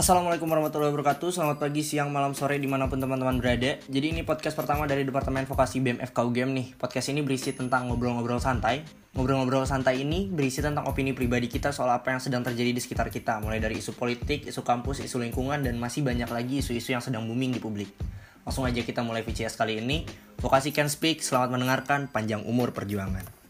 Assalamualaikum warahmatullahi wabarakatuh. Selamat pagi, siang, malam, sore dimanapun teman-teman berada. Jadi ini podcast pertama dari Departemen Vokasi BEM FK UGM nih. Podcast ini berisi tentang ngobrol-ngobrol santai. Ngobrol-ngobrol santai ini berisi tentang opini pribadi kita soal apa yang sedang terjadi di sekitar kita, mulai dari isu politik, isu kampus, isu lingkungan, dan masih banyak lagi isu-isu yang sedang booming di publik. Langsung aja kita mulai VCS kali ini. Vokasi Can Speak, selamat mendengarkan, panjang umur perjuangan.